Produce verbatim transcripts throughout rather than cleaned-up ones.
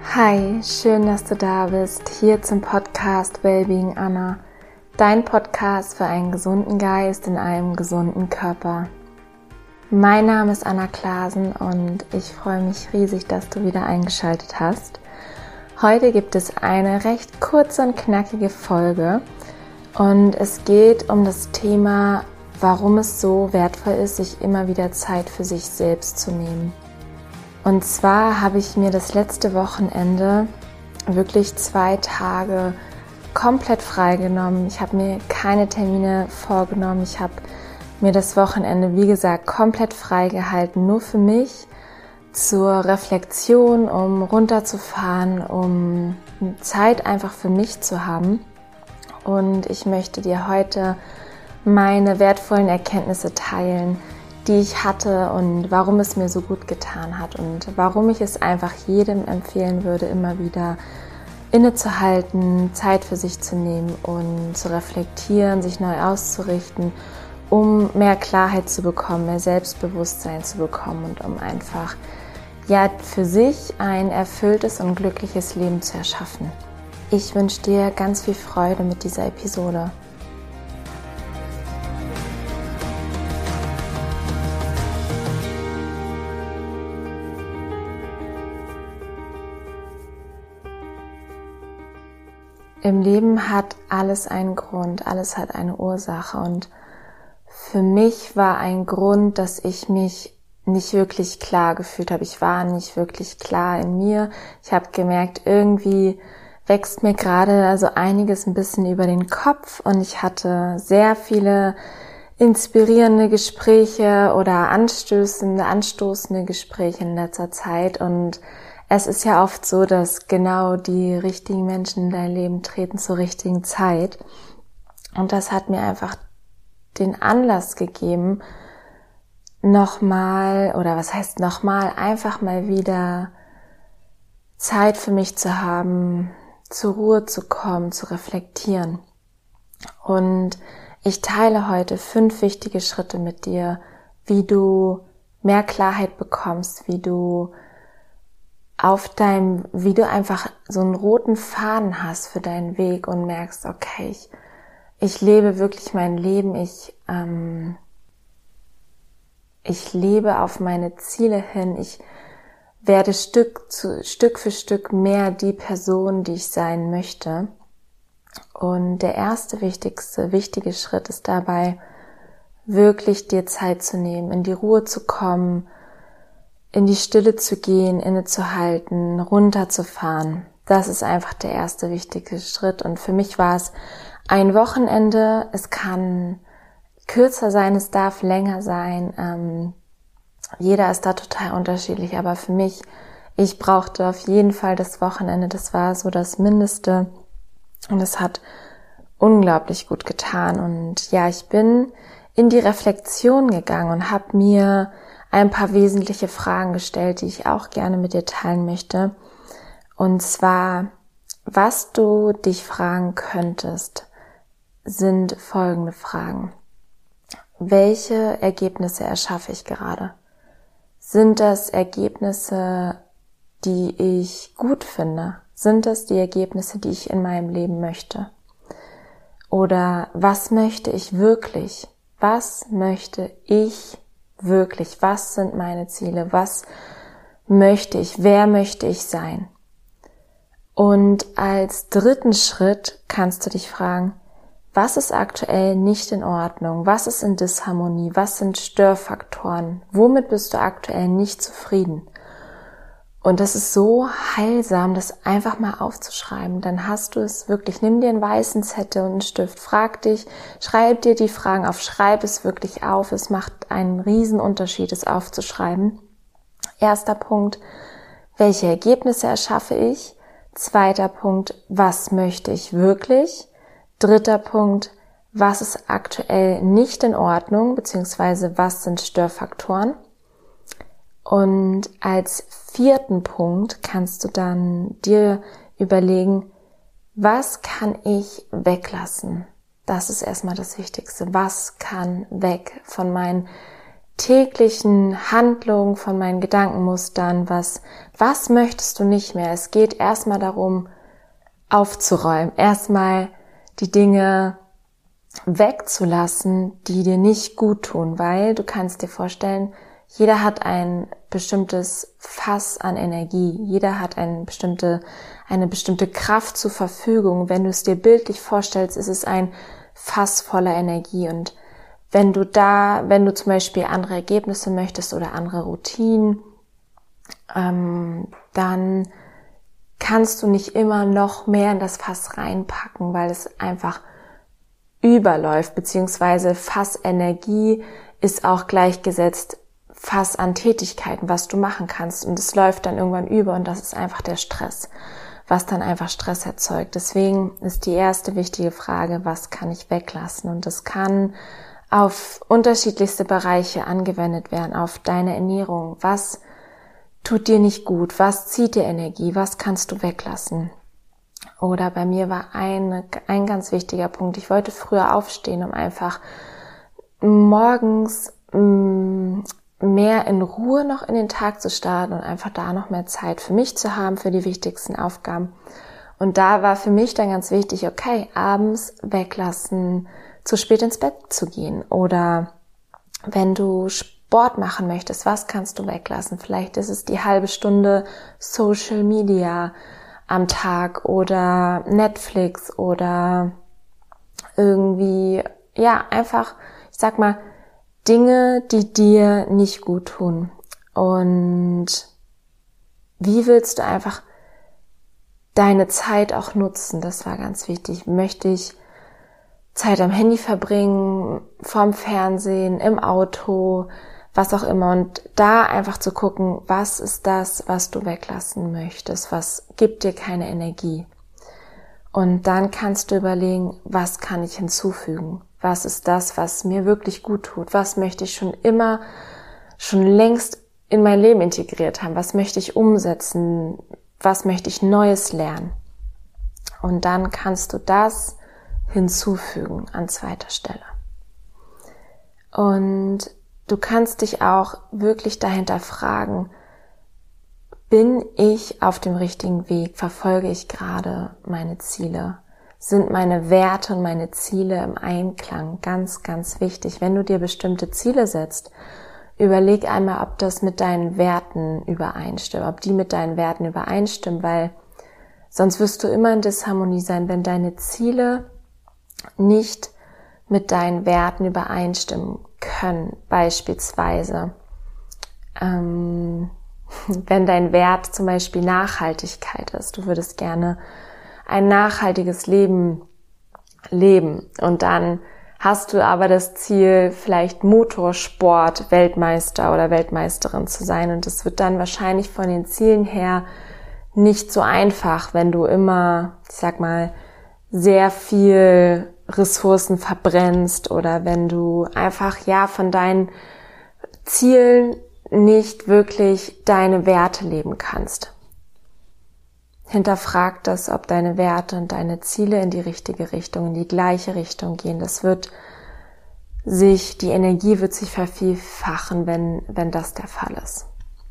Hi, schön, dass du da bist, hier zum Podcast Wellbeing Anna, dein Podcast für einen gesunden Geist in einem gesunden Körper. Mein Name ist Anna Klasen und ich freue mich riesig, dass du wieder eingeschaltet hast. Heute gibt es eine recht kurze und knackige Folge und es geht um das Thema, warum es so wertvoll ist, sich immer wieder Zeit für sich selbst zu nehmen. Und zwar habe ich mir das letzte Wochenende wirklich zwei Tage komplett freigenommen. Ich habe mir keine Termine vorgenommen. Ich habe mir das Wochenende, wie gesagt, komplett freigehalten, nur für mich, zur Reflexion, um runterzufahren, um Zeit einfach für mich zu haben. Und ich möchte dir heute meine wertvollen Erkenntnisse teilen, die ich hatte und warum es mir so gut getan hat und warum ich es einfach jedem empfehlen würde, immer wieder innezuhalten, Zeit für sich zu nehmen und zu reflektieren, sich neu auszurichten, um mehr Klarheit zu bekommen, mehr Selbstbewusstsein zu bekommen und um einfach ja für sich ein erfülltes und glückliches Leben zu erschaffen. Ich wünsche dir ganz viel Freude mit dieser Episode. Im Leben hat alles einen Grund, alles hat eine Ursache und für mich war ein Grund, dass ich mich nicht wirklich klar gefühlt habe. Ich war nicht wirklich klar in mir. Ich habe gemerkt, irgendwie wächst mir gerade also einiges ein bisschen über den Kopf und ich hatte sehr viele inspirierende Gespräche oder anstößende, anstoßende Gespräche in letzter Zeit und es ist ja oft so, dass genau die richtigen Menschen in dein Leben treten zur richtigen Zeit. Und das hat mir einfach den Anlass gegeben, nochmal, oder was heißt nochmal, einfach mal wieder Zeit für mich zu haben, zur Ruhe zu kommen, zu reflektieren. Und ich teile heute fünf wichtige Schritte mit dir, wie du mehr Klarheit bekommst, wie du auf deinem, wie du einfach so einen roten Faden hast für deinen Weg und merkst, okay, ich, ich lebe wirklich mein Leben, ich, ähm, ich lebe auf meine Ziele hin, ich werde Stück zu, Stück für Stück mehr die Person, die ich sein möchte. Und der erste wichtigste, wichtige Schritt ist dabei, wirklich dir Zeit zu nehmen, in die Ruhe zu kommen, in die Stille zu gehen, innezuhalten, runterzufahren. Das ist einfach der erste wichtige Schritt. Und für mich war es ein Wochenende. Es kann kürzer sein, es darf länger sein. Ähm, jeder ist da total unterschiedlich. Aber für mich, ich brauchte auf jeden Fall das Wochenende. Das war so das Mindeste. Und es hat unglaublich gut getan. Und ja, ich bin in die Reflexion gegangen und habe mir ein paar wesentliche Fragen gestellt, die ich auch gerne mit dir teilen möchte. Und zwar, was du dich fragen könntest, sind folgende Fragen. Welche Ergebnisse erschaffe ich gerade? Sind das Ergebnisse, die ich gut finde? Sind das die Ergebnisse, die ich in meinem Leben möchte? Oder was möchte ich wirklich? Was möchte ich wirklich? Was sind meine Ziele? Was möchte ich? Wer möchte ich sein? Und als dritten Schritt kannst du dich fragen, was ist aktuell nicht in Ordnung? Was ist in Disharmonie? Was sind Störfaktoren? Womit bist du aktuell nicht zufrieden? Und das ist so heilsam, das einfach mal aufzuschreiben. Dann hast du es wirklich. Nimm dir einen weißen Zettel und einen Stift. Frag dich, schreib dir die Fragen auf. Schreib es wirklich auf. Es macht einen riesen Unterschied, es aufzuschreiben. Erster Punkt, welche Ergebnisse erschaffe ich? Zweiter Punkt, was möchte ich wirklich? Dritter Punkt, was ist aktuell nicht in Ordnung, beziehungsweise was sind Störfaktoren? Und als vierten Punkt kannst du dann dir überlegen, was kann ich weglassen? Das ist erstmal das Wichtigste. Was kann weg von meinen täglichen Handlungen, von meinen Gedankenmustern, was, was möchtest du nicht mehr? Es geht erstmal darum, aufzuräumen, erstmal die Dinge wegzulassen, die dir nicht gut tun, weil du kannst dir vorstellen, jeder hat ein bestimmtes Fass an Energie, jeder hat eine bestimmte, eine bestimmte Kraft zur Verfügung. Wenn du es dir bildlich vorstellst, ist es ein Fass voller Energie, und wenn du da, wenn du zum Beispiel andere Ergebnisse möchtest oder andere Routinen, ähm, dann kannst du nicht immer noch mehr in das Fass reinpacken, weil es einfach überläuft, beziehungsweise Fassenergie ist auch gleichgesetzt Fass an Tätigkeiten, was du machen kannst, und es läuft dann irgendwann über, und das ist einfach der Stress, was dann einfach Stress erzeugt. Deswegen ist die erste wichtige Frage, was kann ich weglassen? Und das kann auf unterschiedlichste Bereiche angewendet werden, auf deine Ernährung. Was tut dir nicht gut? Was zieht dir Energie? Was kannst du weglassen? Oder bei mir war ein, ein ganz wichtiger Punkt, ich wollte früher aufstehen, um einfach morgens mh, mehr in Ruhe noch in den Tag zu starten und einfach da noch mehr Zeit für mich zu haben, für die wichtigsten Aufgaben. Und da war für mich dann ganz wichtig, okay, abends weglassen, zu spät ins Bett zu gehen. Oder wenn du Sport machen möchtest, was kannst du weglassen? Vielleicht ist es die halbe Stunde Social Media am Tag oder Netflix oder irgendwie, ja, einfach, ich sag mal, Dinge, die dir nicht gut tun. Und wie willst du einfach deine Zeit auch nutzen? Das war ganz wichtig. Möchte ich Zeit am Handy verbringen, vorm Fernsehen, im Auto, was auch immer. Und da einfach zu gucken, was ist das, was du weglassen möchtest? Was gibt dir keine Energie? Und dann kannst du überlegen, was kann ich hinzufügen? Was ist das, was mir wirklich gut tut? Was möchte ich schon immer, schon längst in mein Leben integriert haben? Was möchte ich umsetzen? Was möchte ich Neues lernen? Und dann kannst du das hinzufügen an zweiter Stelle. Und du kannst dich auch wirklich dahinter fragen, bin ich auf dem richtigen Weg? Verfolge ich gerade meine Ziele? Sind meine Werte und meine Ziele im Einklang? Ganz, ganz wichtig. Wenn du dir bestimmte Ziele setzt, überleg einmal, ob das mit deinen Werten übereinstimmt, ob die mit deinen Werten übereinstimmen, weil sonst wirst du immer in Disharmonie sein, wenn deine Ziele nicht mit deinen Werten übereinstimmen können. Beispielsweise, ähm, wenn dein Wert zum Beispiel Nachhaltigkeit ist, du würdest gerne ein nachhaltiges Leben leben und dann hast du aber das Ziel, vielleicht Motorsport Weltmeister oder Weltmeisterin zu sein, und das wird dann wahrscheinlich von den Zielen her nicht so einfach, wenn du immer, ich sag mal, sehr viel Ressourcen verbrennst oder wenn du einfach ja von deinen Zielen nicht wirklich deine Werte leben kannst. Hinterfrag das, ob deine Werte und deine Ziele in die richtige Richtung, in die gleiche Richtung gehen. Das wird sich, die Energie wird sich vervielfachen, wenn, wenn das der Fall ist.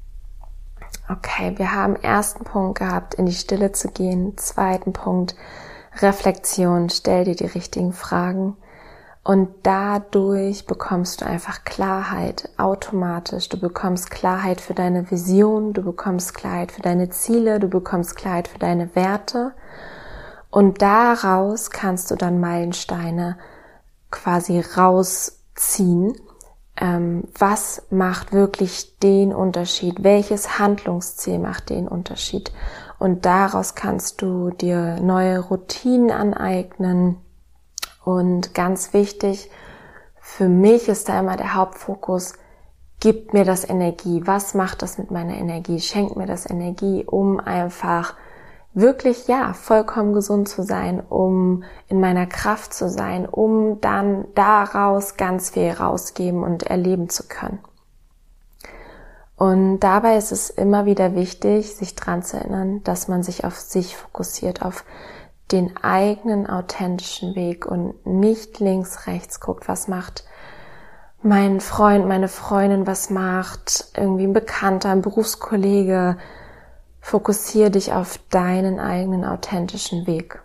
Okay, wir haben ersten Punkt gehabt, in die Stille zu gehen. Zweiten Punkt, Reflexion, stell dir die richtigen Fragen. Und dadurch bekommst du einfach Klarheit automatisch. Du bekommst Klarheit für deine Vision, du bekommst Klarheit für deine Ziele, du bekommst Klarheit für deine Werte. Und daraus kannst du dann Meilensteine quasi rausziehen. Ähm, was macht wirklich den Unterschied? Welches Handlungsziel macht den Unterschied? Und daraus kannst du dir neue Routinen aneignen. Und ganz wichtig, für mich ist da immer der Hauptfokus, gibt mir das Energie? Was macht das mit meiner Energie? Schenkt mir das Energie, um einfach wirklich, ja, vollkommen gesund zu sein, um in meiner Kraft zu sein, um dann daraus ganz viel rausgeben und erleben zu können. Und dabei ist es immer wieder wichtig, sich dran zu erinnern, dass man sich auf sich fokussiert, auf den eigenen authentischen Weg und nicht links, rechts guckt, was macht mein Freund, meine Freundin was macht, irgendwie ein Bekannter, ein Berufskollege. Fokussiere dich auf deinen eigenen authentischen Weg.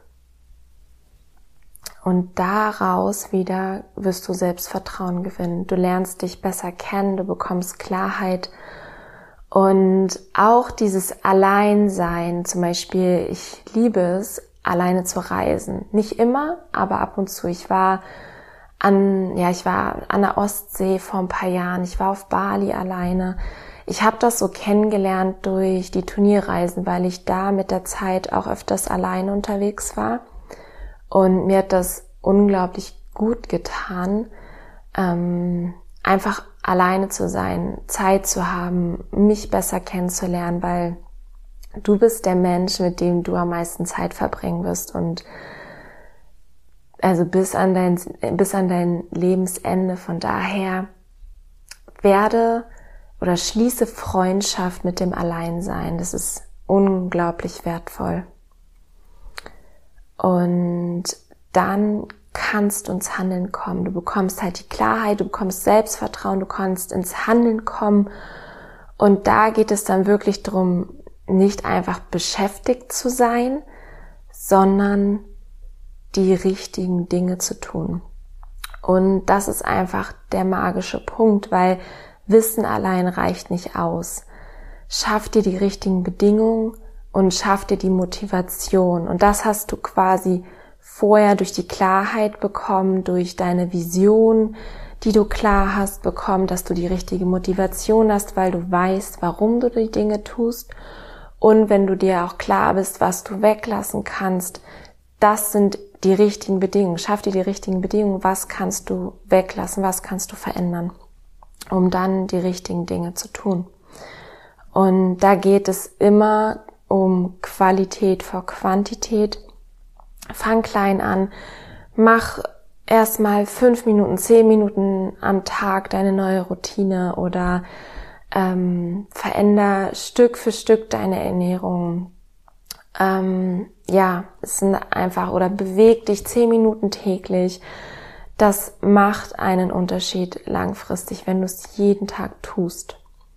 Und daraus wieder wirst du Selbstvertrauen gewinnen. Du lernst dich besser kennen, du bekommst Klarheit. Und auch dieses Alleinsein, zum Beispiel, ich liebe es, alleine zu reisen. Nicht immer, aber ab und zu. Ich war an, ja, ich war an der Ostsee vor ein paar Jahren. Ich war auf Bali alleine. Ich habe das so kennengelernt durch die Turnierreisen, weil ich da mit der Zeit auch öfters alleine unterwegs war. Und mir hat das unglaublich gut getan, ähm, einfach alleine zu sein, Zeit zu haben, mich besser kennenzulernen, weil du bist der Mensch, mit dem du am meisten Zeit verbringen wirst und also bis an dein, bis an dein Lebensende. Von daher werde oder schließe Freundschaft mit dem Alleinsein. Das ist unglaublich wertvoll. Und dann kannst du ins Handeln kommen. Du bekommst halt die Klarheit, du bekommst Selbstvertrauen, du kannst ins Handeln kommen. Und da geht es dann wirklich darum, nicht einfach beschäftigt zu sein, sondern die richtigen Dinge zu tun. Und das ist einfach der magische Punkt, weil Wissen allein reicht nicht aus. Schaff dir die richtigen Bedingungen und schaff dir die Motivation. Und das hast du quasi vorher durch die Klarheit bekommen, durch deine Vision, die du klar hast bekommen, dass du die richtige Motivation hast, weil du weißt, warum du die Dinge tust. Und wenn du dir auch klar bist, was du weglassen kannst, das sind die richtigen Bedingungen. Schaff dir die richtigen Bedingungen. Was kannst du weglassen? Was kannst du verändern? Um dann die richtigen Dinge zu tun. Und da geht es immer um Qualität vor Quantität. Fang klein an. Mach erstmal fünf Minuten, zehn Minuten am Tag deine neue Routine oder ähm, veränder Stück für Stück deine Ernährung. Ähm, ja, es sind einfach, oder beweg dich zehn Minuten täglich. Das macht einen Unterschied langfristig, wenn du es jeden Tag tust.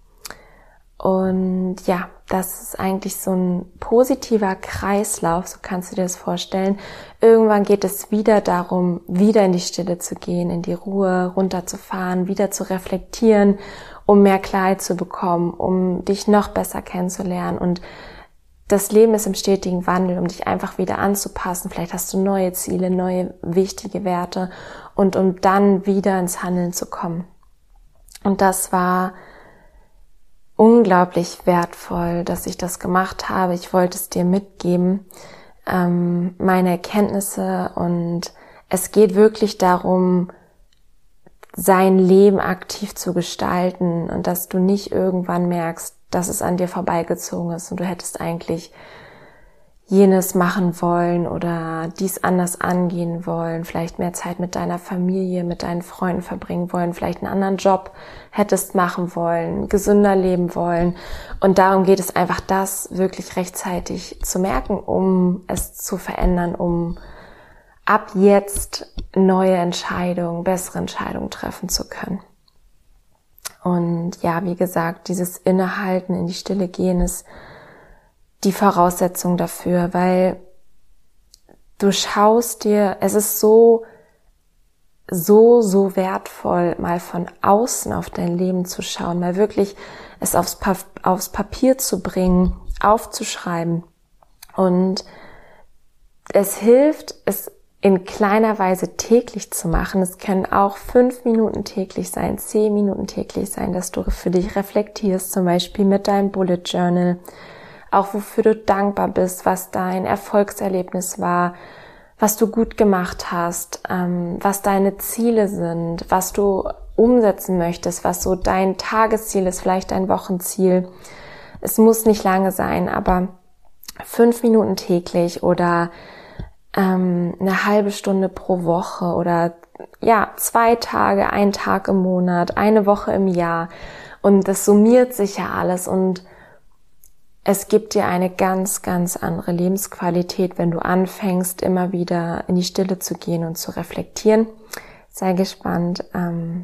Und ja, das ist eigentlich so ein positiver Kreislauf, so kannst du dir das vorstellen. Irgendwann geht es wieder darum, wieder in die Stille zu gehen, in die Ruhe, runterzufahren, wieder zu reflektieren, um mehr Klarheit zu bekommen, um dich noch besser kennenzulernen. Und das Leben ist im stetigen Wandel, um dich einfach wieder anzupassen. Vielleicht hast du neue Ziele, neue wichtige Werte und um dann wieder ins Handeln zu kommen. Und das war unglaublich wertvoll, dass ich das gemacht habe. Ich wollte es dir mitgeben, ähm, meine Erkenntnisse, und es geht wirklich darum, sein Leben aktiv zu gestalten und dass du nicht irgendwann merkst, dass es an dir vorbeigezogen ist und du hättest eigentlich jenes machen wollen oder dies anders angehen wollen, vielleicht mehr Zeit mit deiner Familie, mit deinen Freunden verbringen wollen, vielleicht einen anderen Job hättest machen wollen, gesünder leben wollen. Und darum geht es einfach, das wirklich rechtzeitig zu merken, um es zu verändern, um ab jetzt neue Entscheidungen, bessere Entscheidungen treffen zu können. Und ja, wie gesagt, dieses Innehalten, in die Stille gehen ist die Voraussetzung dafür, weil du schaust dir, es ist so, so, so wertvoll, mal von außen auf dein Leben zu schauen, mal wirklich es aufs, pa- aufs Papier zu bringen, aufzuschreiben. Und es hilft, es in kleiner Weise täglich zu machen. Es können auch fünf Minuten täglich sein, zehn Minuten täglich sein, dass du für dich reflektierst, zum Beispiel mit deinem Bullet Journal, auch wofür du dankbar bist, was dein Erfolgserlebnis war, was du gut gemacht hast, ähm, was deine Ziele sind, was du umsetzen möchtest, was so dein Tagesziel ist, vielleicht dein Wochenziel. Es muss nicht lange sein, aber fünf Minuten täglich oder ähm, eine halbe Stunde pro Woche oder ja, zwei Tage, ein Tag im Monat, eine Woche im Jahr. Und das summiert sich ja alles und es gibt dir eine ganz, ganz andere Lebensqualität, wenn du anfängst, immer wieder in die Stille zu gehen und zu reflektieren. Sei gespannt, ähm,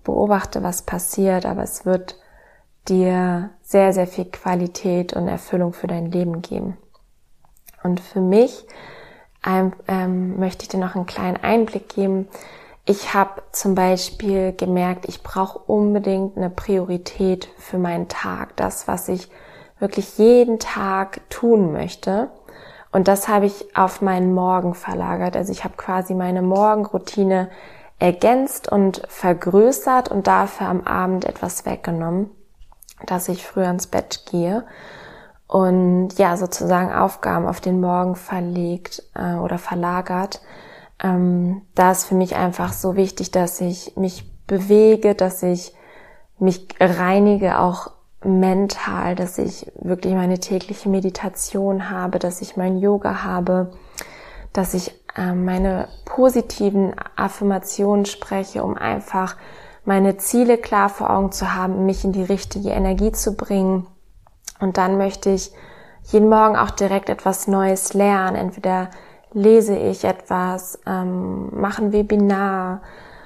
beobachte, was passiert, aber es wird dir sehr, sehr viel Qualität und Erfüllung für dein Leben geben. Und für mich ähm, ähm, möchte ich dir noch einen kleinen Einblick geben. Ich habe zum Beispiel gemerkt, ich brauche unbedingt eine Priorität für meinen Tag. Das, was ich wirklich jeden Tag tun möchte. Und das habe ich auf meinen Morgen verlagert. Also ich habe quasi meine Morgenroutine ergänzt und vergrößert und dafür am Abend etwas weggenommen, dass ich früher ins Bett gehe und ja, sozusagen Aufgaben auf den Morgen verlegt äh, oder verlagert. Ähm, da ist für mich einfach so wichtig, dass ich mich bewege, dass ich mich reinige, auch mental, dass ich wirklich meine tägliche Meditation habe, dass ich mein Yoga habe, dass ich äh, meine positiven Affirmationen spreche, um einfach meine Ziele klar vor Augen zu haben, mich in die richtige Energie zu bringen. Und dann möchte ich jeden Morgen auch direkt etwas Neues lernen. Entweder lese ich etwas, ähm, mache ein Webinar,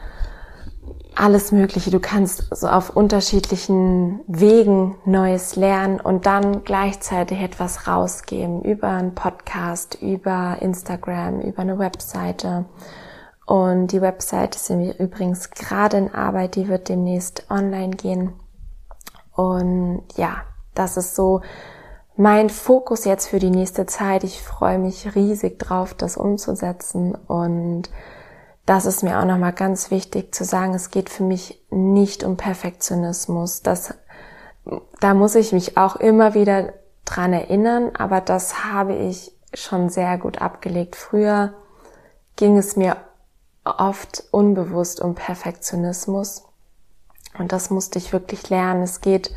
alles Mögliche. Du kannst so auf unterschiedlichen Wegen Neues lernen und dann gleichzeitig etwas rausgeben über einen Podcast, über Instagram, über eine Webseite. Und die Webseite ist übrigens gerade in Arbeit, die wird demnächst online gehen. Und ja, das ist so mein Fokus jetzt für die nächste Zeit. Ich freue mich riesig drauf, das umzusetzen. Und das ist mir auch nochmal ganz wichtig zu sagen, es geht für mich nicht um Perfektionismus. Das, da muss ich mich auch immer wieder dran erinnern, aber das habe ich schon sehr gut abgelegt. Früher ging es mir oft unbewusst um Perfektionismus und das musste ich wirklich lernen. Es geht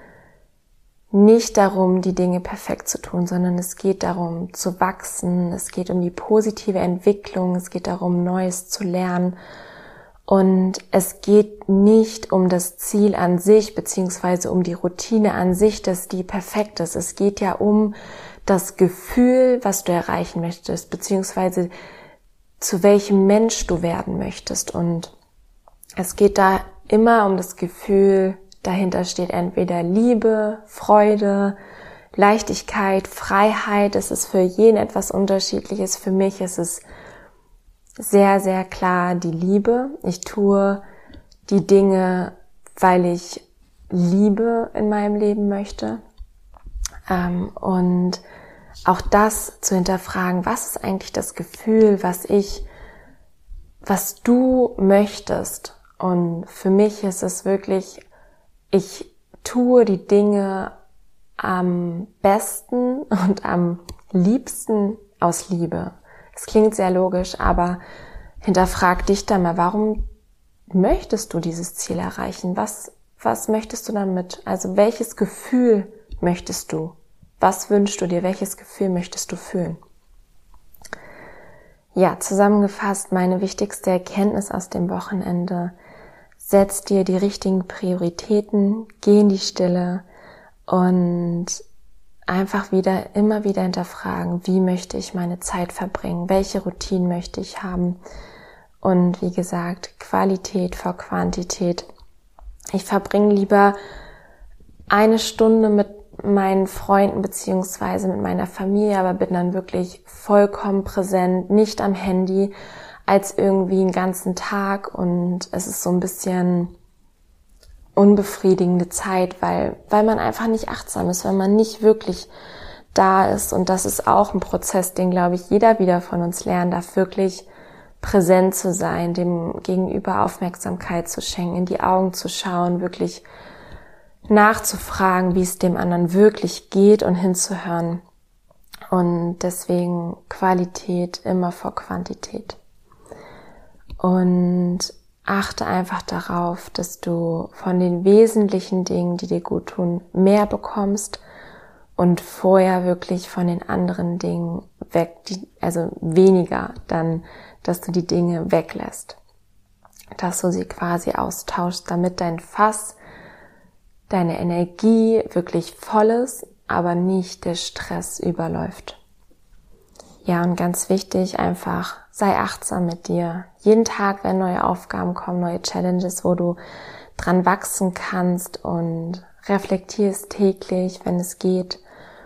nicht darum, die Dinge perfekt zu tun, sondern es geht darum, zu wachsen, es geht um die positive Entwicklung, es geht darum, Neues zu lernen und es geht nicht um das Ziel an sich, beziehungsweise um die Routine an sich, dass die perfekt ist. Es geht ja um das Gefühl, was du erreichen möchtest, beziehungsweise zu welchem Mensch du werden möchtest. Und es geht da immer um das Gefühl, dahinter steht entweder Liebe, Freude, Leichtigkeit, Freiheit. Es ist für jeden etwas Unterschiedliches. Für mich ist es sehr, sehr klar die Liebe. Ich tue die Dinge, weil ich Liebe in meinem Leben möchte. Und auch das zu hinterfragen, was ist eigentlich das Gefühl, was ich, was du möchtest. Und für mich ist es wirklich, ich tue die Dinge am besten und am liebsten aus Liebe. Es klingt sehr logisch, aber hinterfrag dich da mal, warum möchtest du dieses Ziel erreichen? Was, was möchtest du damit? Also welches Gefühl möchtest du? Was wünschst du dir? Welches Gefühl möchtest du fühlen? Ja, zusammengefasst, meine wichtigste Erkenntnis aus dem Wochenende: Setz dir die richtigen Prioritäten, geh in die Stille und einfach wieder, immer wieder hinterfragen, wie möchte ich meine Zeit verbringen? Welche Routinen möchte ich haben? Und wie gesagt, Qualität vor Quantität. Ich verbringe lieber eine Stunde mit meinen Freunden beziehungsweise mit meiner Familie, aber bin dann wirklich vollkommen präsent, nicht am Handy, als irgendwie einen ganzen Tag, und es ist so ein bisschen unbefriedigende Zeit, weil weil man einfach nicht achtsam ist, weil man nicht wirklich da ist, und das ist auch ein Prozess, den, glaube ich, jeder wieder von uns lernen darf, wirklich präsent zu sein, dem Gegenüber Aufmerksamkeit zu schenken, in die Augen zu schauen, wirklich nachzufragen, wie es dem anderen wirklich geht und hinzuhören. Und deswegen Qualität immer vor Quantität. Und achte einfach darauf, dass du von den wesentlichen Dingen, die dir gut tun, mehr bekommst und vorher wirklich von den anderen Dingen weg, die, also weniger, dann, dass du die Dinge weglässt. Dass du sie quasi austauschst, damit dein Fass, deine Energie wirklich voll ist, aber nicht der Stress überläuft. Ja, und ganz wichtig, einfach sei achtsam mit dir. Jeden Tag werden neue Aufgaben kommen, neue Challenges, wo du dran wachsen kannst, und reflektierst täglich, wenn es geht.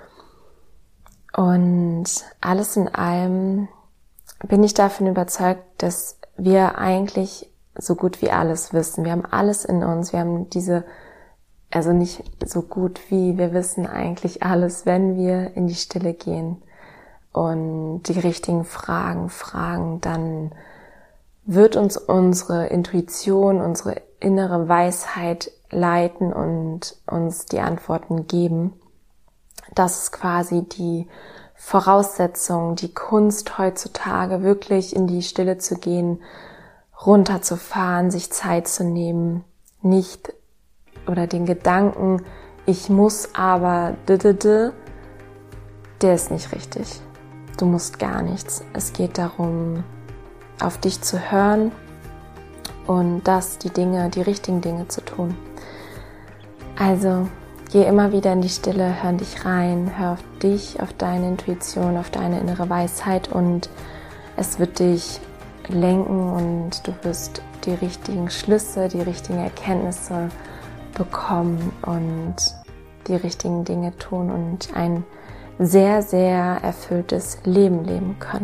Und alles in allem bin ich davon überzeugt, dass wir eigentlich so gut wie alles wissen. Wir haben alles in uns. Wir haben diese, also nicht so gut wie, wir wissen eigentlich alles, wenn wir in die Stille gehen und die richtigen Fragen fragen, dann wird uns unsere Intuition, unsere innere Weisheit leiten und uns die Antworten geben. Das ist quasi die Voraussetzung, die Kunst heutzutage, wirklich in die Stille zu gehen, runterzufahren, sich Zeit zu nehmen, nicht oder den Gedanken, ich muss aber, der ist nicht richtig. Du musst gar nichts. Es geht darum, auf dich zu hören und das, die Dinge, die richtigen Dinge zu tun. Also geh immer wieder in die Stille, hör in dich rein, hör auf dich, auf deine Intuition, auf deine innere Weisheit, und es wird dich lenken und du wirst die richtigen Schlüsse, die richtigen Erkenntnisse bekommen und die richtigen Dinge tun und ein sehr, sehr erfülltes Leben leben können.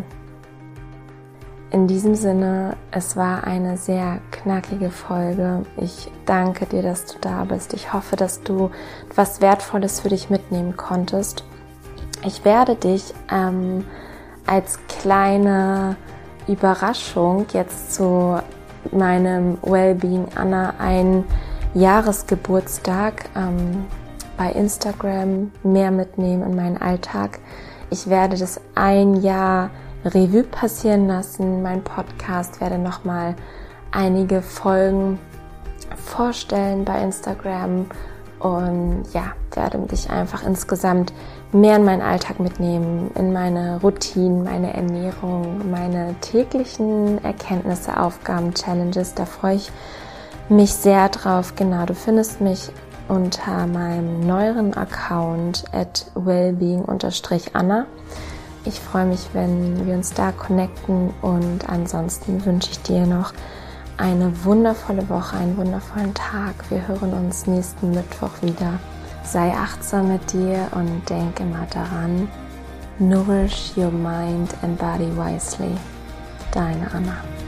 In diesem Sinne, es war eine sehr knackige Folge. Ich danke dir, dass du da bist. Ich hoffe, dass du etwas Wertvolles für dich mitnehmen konntest. Ich werde dich ähm, als kleine Überraschung jetzt zu meinem Wellbeing Anna ein Jahresgeburtstag ähm, bei Instagram mehr mitnehmen in meinen Alltag. Ich werde das ein Jahr Revue passieren lassen. Mein Podcast werde nochmal einige Folgen vorstellen bei Instagram und ja, werde dich einfach insgesamt mehr in meinen Alltag mitnehmen, in meine Routinen, meine Ernährung, meine täglichen Erkenntnisse, Aufgaben, Challenges. Da freue ich mich sehr drauf. Genau, du findest mich unter meinem neueren Account at wellbeing Anna. Ich freue mich, wenn wir uns da connecten, und ansonsten wünsche ich dir noch eine wundervolle Woche, einen wundervollen Tag. Wir hören uns nächsten Mittwoch wieder. Sei achtsam mit dir und denke immer daran, nourish your mind and body wisely. Deine Anna.